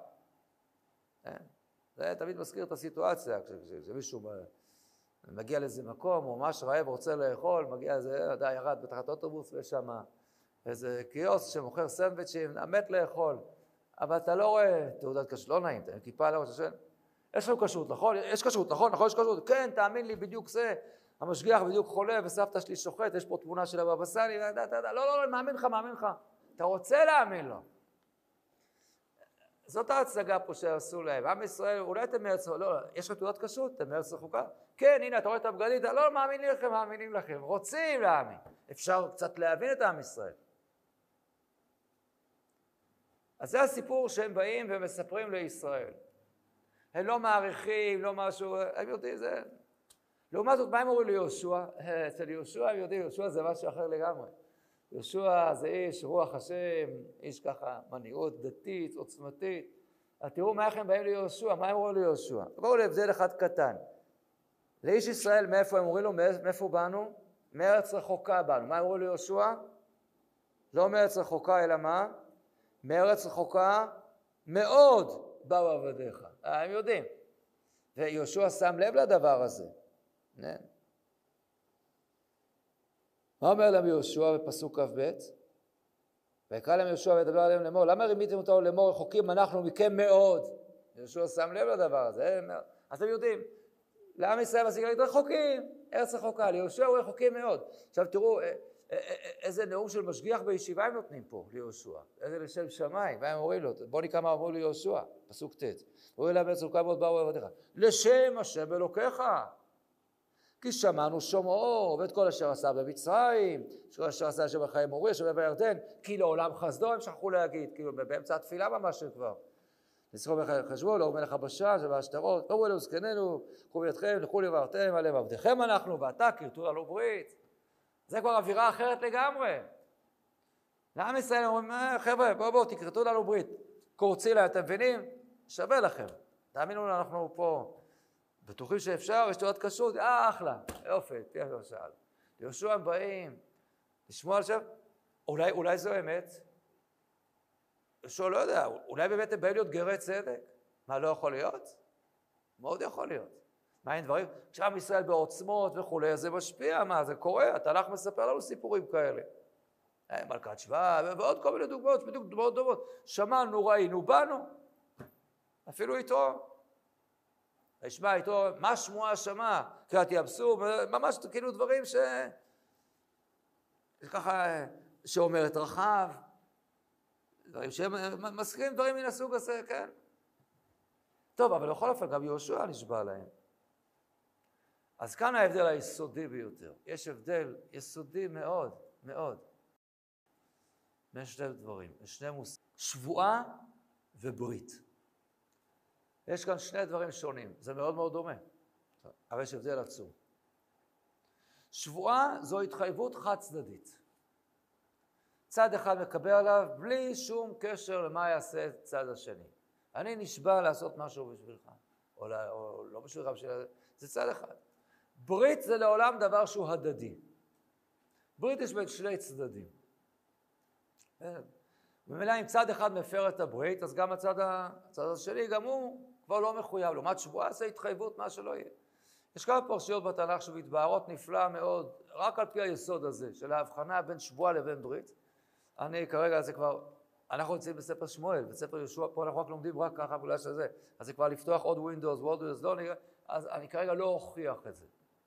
זה תמיד מזכיר את הסיטואציה, כשמישהו מגיע לאיזה מקום, הוא ממש רעב ורוצה לאכול, מגיע איזה, ירד בתחת אוטובוס ויש שם איזה קיוסק שמוכר סנדוויצ'ים, מת לאכול, אבל אתה לא רואה תעודת כשרות, לא נעים, אתה עם כיפה על הראש השם, יש לנו כשרות, נכון? יש כשרות, נכון? נכון, יש כשרות, כן, תאמין לי, בדיוק זה, המשגיח בדיוק חולה וסבתא שלי שוחט, יש פה תמונה של הבבא סאלי, לא, מאמין לך, אתה רוצה להאמין לו. זאת ההצגה פה שעשו להם, עם ישראל, אולי אתם מארץ, לא, יש לך תעודת כשרות, אתם מארץ רחוקה? כן, הנה, אתה רואה את הבגדית, לא מאמינים לכם, רוצים להאמין. אפשר קצת להבין את עם ישראל. אז זה הסיפור שהם באים ומספרים לישראל. הם לא מעריכים, לא משהו, הם יודעים, זה... לעומת זאת, מה הם אומרים ליהושע? אצל יהושע הם יודעים, יהושע זה משהו אחר לגמרי. יהושע זה איש רוח השם, איש ככה מנהיגות דתית, עוצמתית. אז תראו מה הם באים ליהושע, מה הם אומרים ליהושע? בואו להבדל אחד קטן. לאיש ישראל, מאיפה הם אומרים לו, מאיפה באנו? מארץ רחוקה באנו. מה הם אומרים ליהושע? לא מארץ רחוקה, אלא מה? מארץ רחוקה מאוד, באו עבדיך. הם יודעים. ויהושע שם לב לדבר הזה. מה אומר להם יהושע בפסוק כ"ב? ויקרא להם יהושע וידבר עליהם לאמור, למה רימיתם אותנו לאמור, רחוקים אנחנו מכם מאוד? יהושע שם לב לדבר הזה. אז אתם יודעים, לעם ישראל והסיגלית רחוקים, ארץ רחוקה, ליהושע הוא רחוקים מאוד. עכשיו תראו, איזה נאום של משגיח בישיבה הם נותנים פה ליהושע. איזה לשם שמיים, והם אומרים לו, בוא נקרא מה אמרו ליהושע, פסוק ט'. אומרים להם ארץ רחוקה מאוד באו עבדיך. לשם השם אלוקיך. כי שמענו שומעו, ואת כל אשר עשה במצרים, כל אשר עשה אשר בחיי מורי, אשר בירדן, כי לעולם חסדו הם שכחו להגיד, כאילו באמצע התפילה ממש כבר. נזכרו בחשבו, לאור מלך הבשן, שבהשטרות, קראו אלו זקנינו, קחו בידכם, לכו לבארתם עליהם עבדיכם אנחנו, ואתה כרתו לנו ברית. זה כבר אווירה אחרת לגמרי. לעם ישראל אומרים, חבר'ה, בואו, תכרתו לנו ברית. קורצי לה, אתם מבינים? שווה לכם. תאמינו לנו, אנחנו פה בטוחים שאפשר, יש תעודת כשרות, אחלה, יופי, תהיה למשל. יהושע הם באים, לשמוע עכשיו, אולי זו אמת? יהושע לא יודע, אולי באמת הם באים להיות גרי צדק? מה, לא יכול להיות? מאוד יכול להיות. מה אין דברים? כשעם ישראל בעוצמות וכו', זה משפיע, מה, זה קורה, התנ"ך מספר לנו סיפורים כאלה. מלכת שבא, ועוד כל מיני דוגמאות, בדיוק דוגמאות דומות. שמענו, ראינו, באנו. אפילו איתו. ישמע איתו, מה שמועה שמע? קריאת ים סוף, ממש כאילו דברים ככה, שאומרת רחב, דברים שהם מזכירים דברים מן הסוג הזה, כן? טוב, אבל בכל אופן, גם יהושע נשבע להם. אז כאן ההבדל היסודי ביותר. יש הבדל יסודי מאוד, מאוד. בין שני דברים, שני מושגים. שבועה וברית. יש כאן שני דברים שונים, זה מאוד מאוד דומה, אבל יש הבדל עצום. שבועה זו התחייבות חד צדדית. צד אחד מקבל עליו בלי שום קשר למה יעשה צד השני. אני נשבע לעשות משהו בשבילך, או לא בשבילך, זה צד אחד. ברית זה לעולם דבר שהוא הדדי. ברית יש בין שני צדדים. במילא אם צד אחד מפר את הברית, אז גם הצד השני, גם הוא כבר לא מחויב. לעומת שבועה זה התחייבות, מה שלא יהיה. יש כמה פרשיות בתנ"ך שמתבהרות נפלא מאוד, רק על פי היסוד הזה, של ההבחנה בין שבועה לבין ברית. אני כרגע, זה כבר, אנחנו נמצאים בספר שמואל, בספר יהושע, פה אנחנו רק לומדים רק ככה בגלל שזה, אז זה כבר לפתוח עוד ווינדוס ועוד ווינדוס, לא נראה, אז אני כרגע לא אוכיח את זה.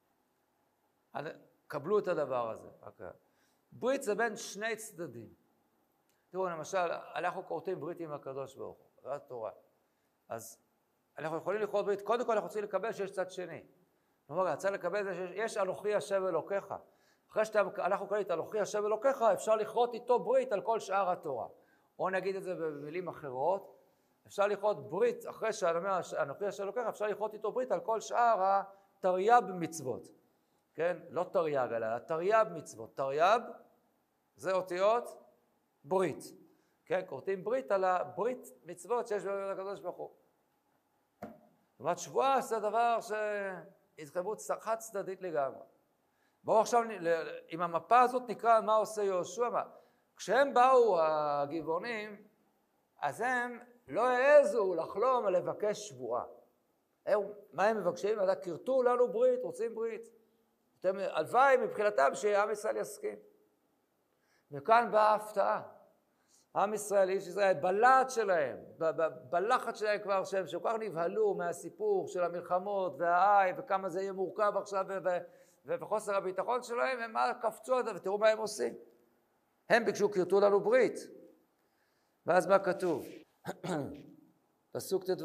קבלו את הדבר הזה. ברית זה בין שני צדדים. תראו, למשל, אנחנו כורתים ברית עם הקדוש ברוך הוא, זה התורה. אז אנחנו יכולים לכרות ברית, קודם כל אנחנו רוצים לקבל שיש צד שני. כלומר, צריך לקבל זה שיש אנוכי השם אלוקיך. אחרי שאנחנו קוראים את אנוכי השם אלוקיך, אפשר לכרות איתו ברית על כל שאר התורה. או נגיד את זה במילים אחרות, אפשר לכרות ברית, אחרי שאומר אנוכי השם אלוקיך, אפשר לכרות איתו ברית על כל שאר התרי"ג מצוות. כן? לא תרי"ג, אלא תרי"ג מצוות. תרי"ג זה אותיות ברית. כן? כורתים ברית על הברית מצוות שיש בקדוש ברוך הוא. זאת אומרת, שבועה זה דבר שהתחייבות חד צדדית לגמרי. בואו עכשיו, עם המפה הזאת נקרא מה עושה יהושע. כשהם באו הגבעונים, אז הם לא העזו לחלום על לבקש שבועה. מה הם מבקשים? אז כרתו לנו ברית, רוצים ברית. הלוואי מבחינתם שעם ישראל יסכים. וכאן באה ההפתעה. עם ישראל, איש ישראל, בלהט שלהם, בלחץ שלהם כבר, שהם כל כך נבהלו מהסיפור של המלחמות והאי, וכמה זה יהיה מורכב עכשיו, וחוסר הביטחון שלהם, הם קפצו על זה, ותראו מה הם עושים. הם ביקשו, כרתו לנו ברית. ואז מה כתוב? פסוק ט"ו.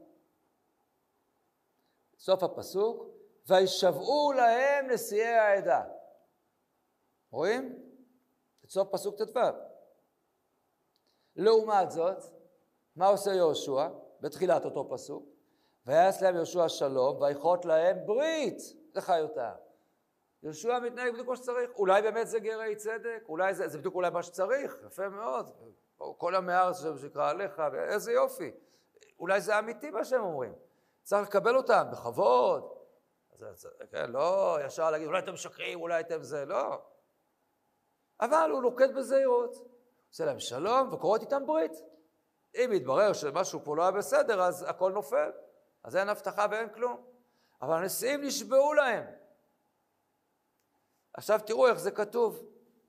סוף הפסוק, וישבעו להם נשיאי העדה. רואים? את סוף פסוק ט"ו. לעומת זאת, מה עושה יהושע? בתחילת אותו פסוק, ויעש להם יהושע שלום, ויכרות להם ברית לחיותם. יהושע מתנהג בדיוק כמו שצריך, אולי באמת זה גרי צדק, אולי זה בדיוק אולי מה שצריך, יפה מאוד, כל עמי הארץ שקרא עליך, איזה יופי, אולי זה אמיתי מה שהם אומרים, צריך לקבל אותם בכבוד, כן, לא ישר להגיד, אולי אתם משקרים, אולי אתם זה, לא, אבל הוא נוקט בזהירות, עושה להם שלום וקוראות איתם ברית, אם יתברר שמשהו פה לא היה בסדר, אז הכל נופל. אז אין הבטחה ואין כלום. אבל הנשיאים נשבעו להם. עכשיו תראו איך זה כתוב.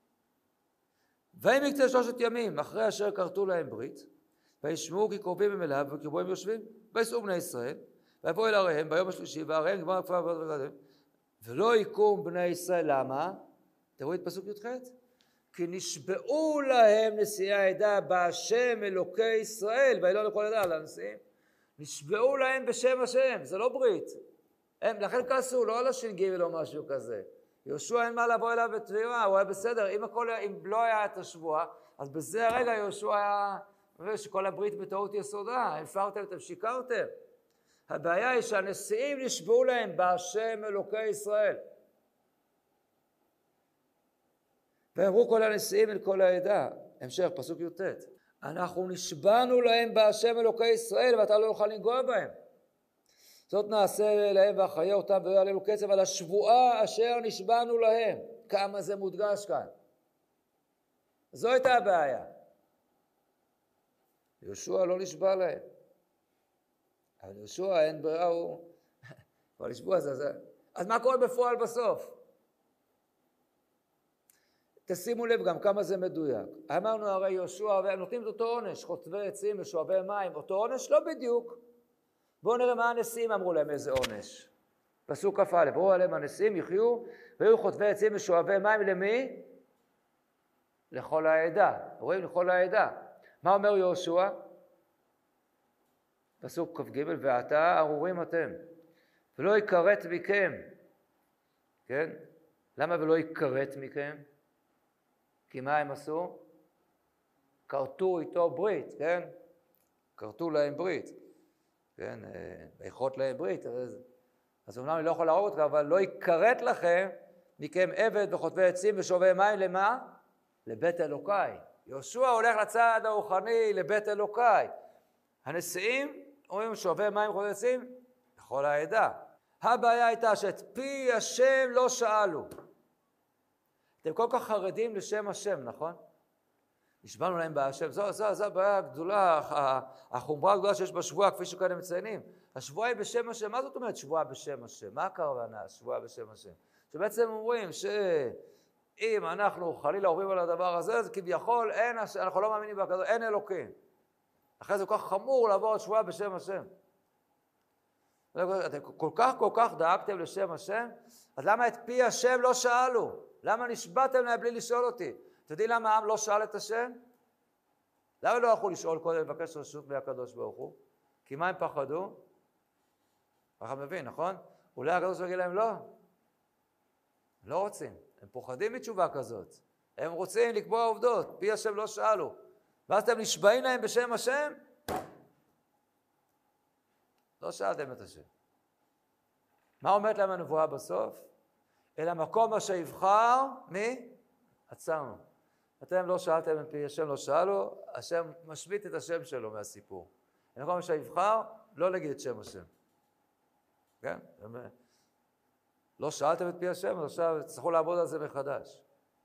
והם יקצה 3 ימים, אחרי אשר כרתו להם ברית, וישמעו כי קרובים הם אליו, וקרבו הם יושבים, ויסעו בני ישראל, ויבואו אל עריהם ביום השלישי, ועריהם גמר כפר וגדם, ולא יקום בני ישראל. למה? תראו את פסוק י"ח. כי נשבעו להם נשיאי העדה בהשם אלוקי ישראל, וילון לכל עדה, לנשיאים. נשבעו להם בשם השם, זה לא ברית. הם לכן כעסו, לא על הש"ג ולא משהו כזה. יהושע אין מה לבוא אליו בתביעה, הוא היה בסדר. אם לא היה את השבועה, אז בזה הרגע יהושע היה, שכל הברית בטעות יסודה, הפרתם, אתם שיקרתם. הבעיה היא שהנשיאים נשבעו להם בהשם אלוקי ישראל. ואמרו כל הנשיאים אל כל העדה, המשך, פסוק י"ט, אנחנו נשבענו להם בהשם אלוקי ישראל, ואתה לא יוכל לנגוע בהם. זאת נעשה להם ואחיה אותם ולא יעלה לנו קצב על השבועה אשר נשבענו להם. כמה זה מודגש כאן. זו הייתה הבעיה. יהושע לא נשבע להם. אבל יהושע אין ברירה, הוא כבר נשבוע זה. אז מה קורה בפועל בסוף? תשימו לב גם כמה זה מדויק. אמרנו הרי יהושע, נותנים את אותו עונש, חוטבי עצים ושואבי מים, אותו עונש לא בדיוק. בואו נראה מה הנשיאים אמרו להם איזה עונש. פסוק כ"א, אמרו עליהם הנשיאים יחיו ויהיו חוטבי עצים ושואבי מים למי? לכל העדה. רואים? לכל העדה. מה אומר יהושע? פסוק כ"ג, ועתה ארורים אתם ולא יכרת מכם. כן? למה ולא יכרת מכם? כי מה הם עשו? כרתו איתו ברית, כן? כרתו להם ברית. כן, ויכרות להם ברית, אז אומנם אני לא יכול להרוג אותך, אבל לא יכרת לכם מכם עבד וחוטבי עצים ושואבי מים למה? לבית אלוקיי. יהושע הולך לצד הרוחני לבית אלוקיי. הנשיאים אומרים שואבי מים וחוטבי עצים לכל העדה. הבעיה הייתה שאת פי השם לא שאלו. אתם כל כך חרדים לשם השם, נכון? נשבענו להם בהשם, זו הבעיה הגדולה, החומרה הגדולה שיש בשבועה, כפי שכאן הם מציינים. השבועה היא בשם השם. מה זאת אומרת שבועה בשם השם? מה הכוונה שבועה בשם השם? שבעצם אומרים שאם אנחנו חלילה עוברים על הדבר הזה, אז כביכול אנחנו לא מאמינים בכזאת, אין אלוקים. אחרי זה כל כך חמור לעבור את שבועה בשם השם. אתם כל כך דאגתם לשם השם, אז למה את פי השם לא שאלו? למה נשבעתם להם בלי לשאול אותי? אתם יודעים למה העם לא שאל את השם? למה לא הלכו לשאול קודם לבקש רשות מהקדוש ברוך הוא? כי מה הם פחדו? ככה מבין, נכון? אולי הקדוש יגיד להם לא. לא רוצים. הם פוחדים מתשובה כזאת. הם רוצים לקבוע עובדות. פי השם לא שאלו. ואז אתם נשבעים להם בשם השם? לא שאלתם את השם. מה אומרת להם הנבואה בסוף? אל המקום אשר יבחר, מי? עצרנו. אתם לא שאלתם את פי השם, לא שאלו, השם משמיט את השם שלו מהסיפור. במקום אשר יבחר, לא להגיד את שם השם. כן? לא שאלתם את פי השם, אז עכשיו צריכו לעבוד על זה מחדש.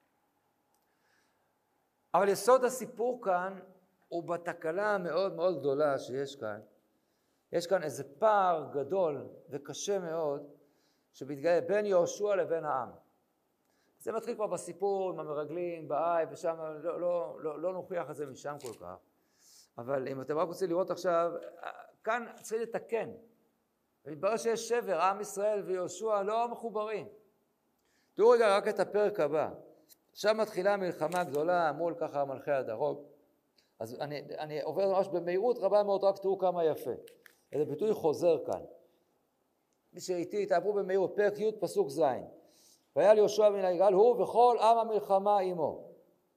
אבל יסוד הסיפור כאן הוא בתקלה המאוד מאוד גדולה שיש כאן. יש כאן איזה פער גדול וקשה מאוד שמתגלה בין יהושע לבין העם. זה מתחיל כבר בסיפור עם המרגלים, באי, ושם לא נוכיח את זה משם כל כך. אבל אם אתם רק רוצים לראות עכשיו, כאן צריך לתקן. ומתברר שיש שבר, עם ישראל ויהושע לא מחוברים. תראו רגע רק את הפרק הבא. שם מתחילה מלחמה גדולה מול ככה מלכי הדרום. אז אני עובר ממש במהירות רבה מאוד, רק תראו כמה יפה. איזה ביטוי חוזר כאן. מי שאיתי, תעברו במהירות, פרק י' פסוק ז'. והיה ליהושע בן יגאל הוא וכל עם המלחמה עמו.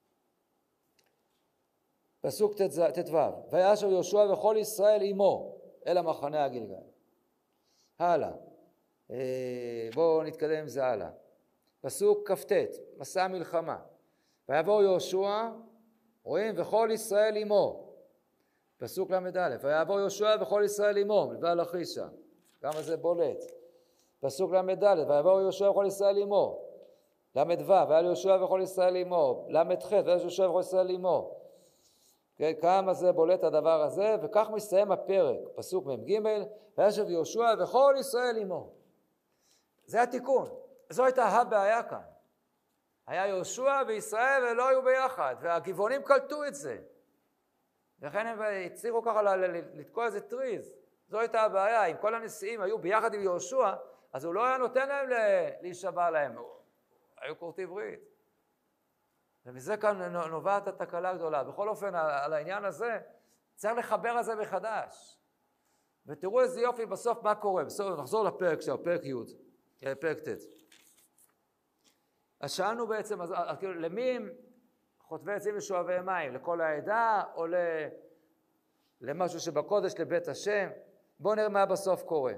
פסוק ט"ו. והיה שם יהושע וכל ישראל עמו אל המחנה הגלגל. הלאה. בואו נתקדם עם זה הלאה. פסוק כ"ט. מסע מלחמה. ויעבור יהושע, רואים, וכל ישראל עמו. פסוק ל"א. ויעבור יהושע וכל ישראל עמו, מלבד לכישה. כמה זה בולט. פסוק ל"ד, ויעבור יהושע וכל ישראל עמו. ל"ו, והיה יהושע וכל ישראל עמו. ל"ח, והיה יהושע וכל ישראל עמו. כן, כמה זה בולט הדבר הזה, וכך מסתיים הפרק, פסוק מ"ג, וישב יהושע וכל ישראל עמו. זה התיקון, זו הייתה הבעיה כאן. היה יהושע וישראל ולא היו ביחד, והגבעונים קלטו את זה. לכן הם הצליחו ככה לתקוע איזה טריז. זו הייתה הבעיה, אם כל הנשיאים היו ביחד עם יהושע, אז הוא לא היה נותן להם להישבע להם, היו כורתי ברית. ומזה כאן נובעת התקלה הגדולה. בכל אופן, על העניין הזה, צריך לחבר את זה מחדש. ותראו איזה יופי בסוף מה קורה. בסוף נחזור לפרק של פרק י', פרק ט'. אז שאלנו בעצם, אז כאילו, למי הם חוטבי עצים ושואבי מים? לכל העדה או למשהו שבקודש לבית השם? בואו נראה מה בסוף קורה.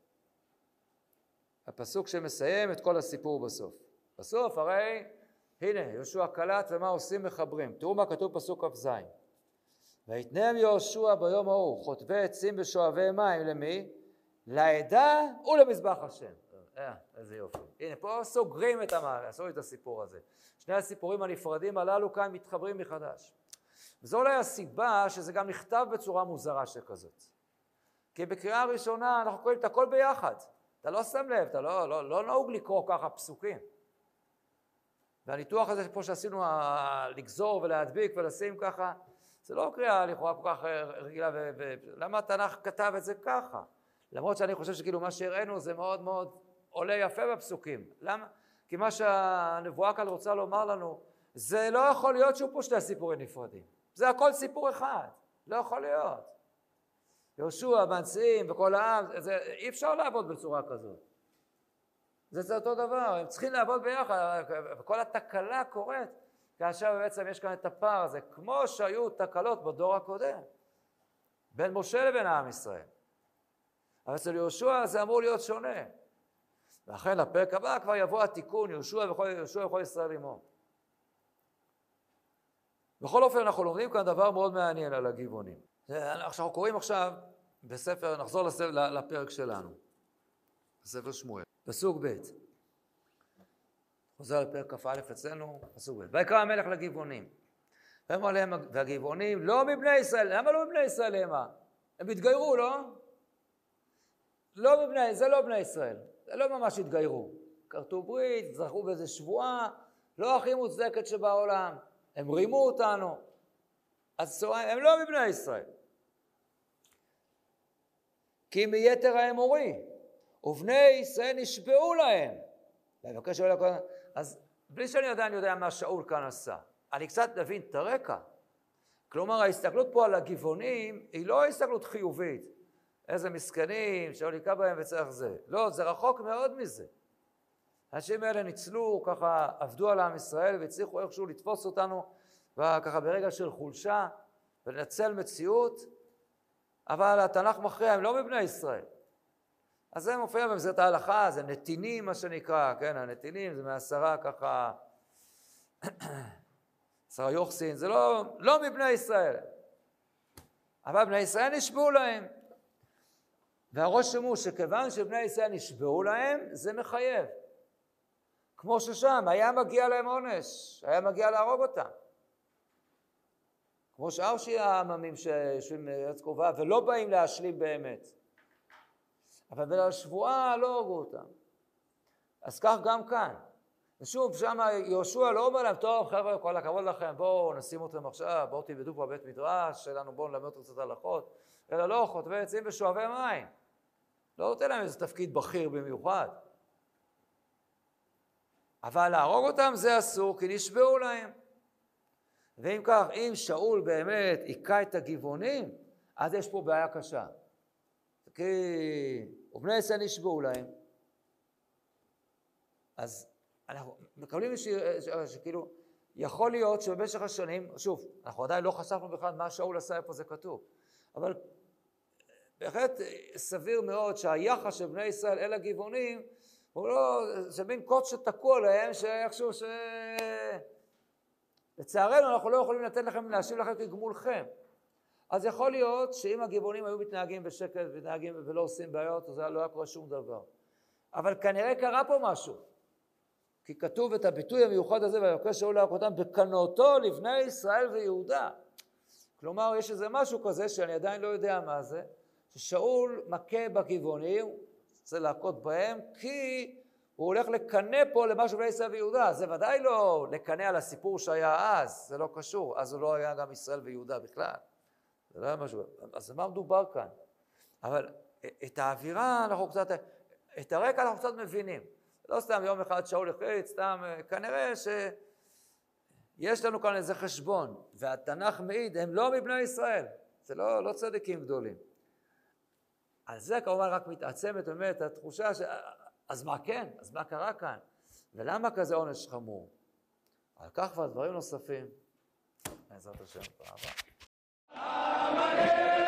הפסוק שמסיים את כל הסיפור בסוף. בסוף הרי, הנה, יהושע קלט ומה עושים מחברים. תראו מה כתוב פסוק כ"ז. ויתנם יהושע ביום ההוא חוטבי עצים ושואבי מים למי? לעדה ולמזבח השם. איזה יופי. הנה, פה סוגרים את המעלה, עשו את הסיפור הזה. שני הסיפורים הנפרדים הללו כאן מתחברים מחדש. וזו אולי הסיבה שזה גם נכתב בצורה מוזרה שכזאת. כי בקריאה הראשונה אנחנו קוראים את הכל ביחד. אתה לא שם לב, אתה לא נהוג לקרוא ככה פסוקים. והניתוח הזה פה שעשינו לגזור ולהדביק ולשים ככה, זה לא קריאה לכאורה כל כך רגילה, למה התנ"ך כתב את זה ככה? למרות שאני חושב שכאילו מה שהראינו זה מאוד מאוד עולה יפה בפסוקים. למה? כי מה שהנבואה כאן רוצה לומר לנו, זה לא יכול להיות שהוא פה שני סיפורים נפרדים. זה הכל סיפור אחד, לא יכול להיות. יהושע, מנשיאים וכל העם, אי אפשר לעבוד בצורה כזאת. זה אותו דבר, הם צריכים לעבוד ביחד, וכל התקלה קורית, כאשר בעצם יש כאן את הפער הזה, כמו שהיו תקלות בדור הקודם, בין משה לבין העם ישראל. אבל אצל יהושע זה אמור להיות שונה. ואכן לפרק הבא כבר יבוא התיקון, יהושע וכל ישראל עמו. בכל אופן אנחנו לומדים כאן דבר מאוד מעניין על הגבעונים. אנחנו קוראים עכשיו בספר, נחזור לפרק שלנו, בספר שמואל, פסוק ב'. חוזר לפרק כ"א אצלנו, פסוק ב'. ויקרא המלך לגבעונים. ואמר להם, והגבעונים לא מבני ישראל, למה לא מבני ישראל המה? הם התגיירו, לא? זה לא בני ישראל, זה לא ממש התגיירו. כרתו ברית, זכו באיזה שבועה, לא הכי מוצדקת שבעולם. הם רימו אותנו, אז הם לא מבני ישראל. כי מיתר האמורי, ובני ישראל נשבעו להם. אז בלי שאני עדיין יודע מה שאול כאן עשה, אני קצת מבין את הרקע. כלומר, ההסתכלות פה על הגבעונים היא לא הסתכלות חיובית. איזה מסכנים, שאול יקע בהם וצריך זה. לא, זה רחוק מאוד מזה. האנשים האלה ניצלו, ככה עבדו על עם ישראל והצליחו איכשהו לתפוס אותנו ככה ברגע של חולשה ולנצל מציאות, אבל התנ"ך מכריע, הם לא מבני ישראל. אז זה מופיע במסגרת ההלכה, זה נתינים מה שנקרא, כן, הנתינים זה מעשרה ככה, 10 יוחסין, זה לא מבני ישראל. אבל בני ישראל נשבעו להם. והראש שמו שכיוון שבני ישראל נשבעו להם, זה מחייב. כמו ששם, היה מגיע להם עונש, היה מגיע להרוג אותם. כמו שאר העממים שיושבים מארץ קרובה ולא באים להשלים באמת. אבל בגלל השבועה לא הרגו אותם. אז כך גם כאן. ושוב, שם יהושע לא אומר להם, טוב חבר'ה, כל הכבוד לכם, בואו נשים אתכם עכשיו, בואו תלמדו פה בית מדרש שלנו, בואו נלמד אתכם קצת הלכות, אלא לא, חוטבי עצים ושואבי מים. לא נותן להם איזה תפקיד בכיר במיוחד. אבל להרוג אותם זה אסור, כי נשבעו להם. ואם כך, אם שאול באמת עיקה את הגבעונים, אז יש פה בעיה קשה. כי ובני ישראל נשבעו להם. אז אנחנו מקבלים שכאילו, יכול להיות שבמשך השנים, שוב, אנחנו עדיין לא חשפנו בכלל מה שאול עשה, איפה זה כתוב. אבל בהחלט סביר מאוד שהיחס של בני ישראל אל הגבעונים, הוא לא, זה מין קוט שתקוע להם, שאיכשהו לצערנו אנחנו לא יכולים לתת לכם, להשיב לכם כגמולכם. אז יכול להיות שאם הגבעונים היו מתנהגים בשקט, מתנהגים ולא עושים בעיות, אז לא היה קורה שום דבר. אבל כנראה קרה פה משהו. כי כתוב את הביטוי המיוחד הזה, ויבקש שאול להכותם, בקנאותו לבני ישראל ויהודה. כלומר, יש איזה משהו כזה שאני עדיין לא יודע מה זה, ששאול מכה בגבעונים, רוצה להכות בהם, כי הוא הולך לקנא פה למשהו בני ישראל ויהודה. זה ודאי לא לקנא על הסיפור שהיה אז, זה לא קשור. אז הוא לא היה גם ישראל ויהודה בכלל. זה לא היה משהו. אז מה מדובר כאן? אבל את האווירה אנחנו קצת, את הרקע אנחנו קצת מבינים. לא סתם יום אחד שאול החליט, סתם כנראה שיש לנו כאן איזה חשבון, והתנ"ך מעיד, הם לא מבני ישראל. זה לא צדיקים גדולים. על זה כמובן רק מתעצמת באמת התחושה אז מה כן? אז מה קרה כאן? ולמה כזה עונש חמור? על כך כבר דברים נוספים. בעזרת השם, תודה רבה.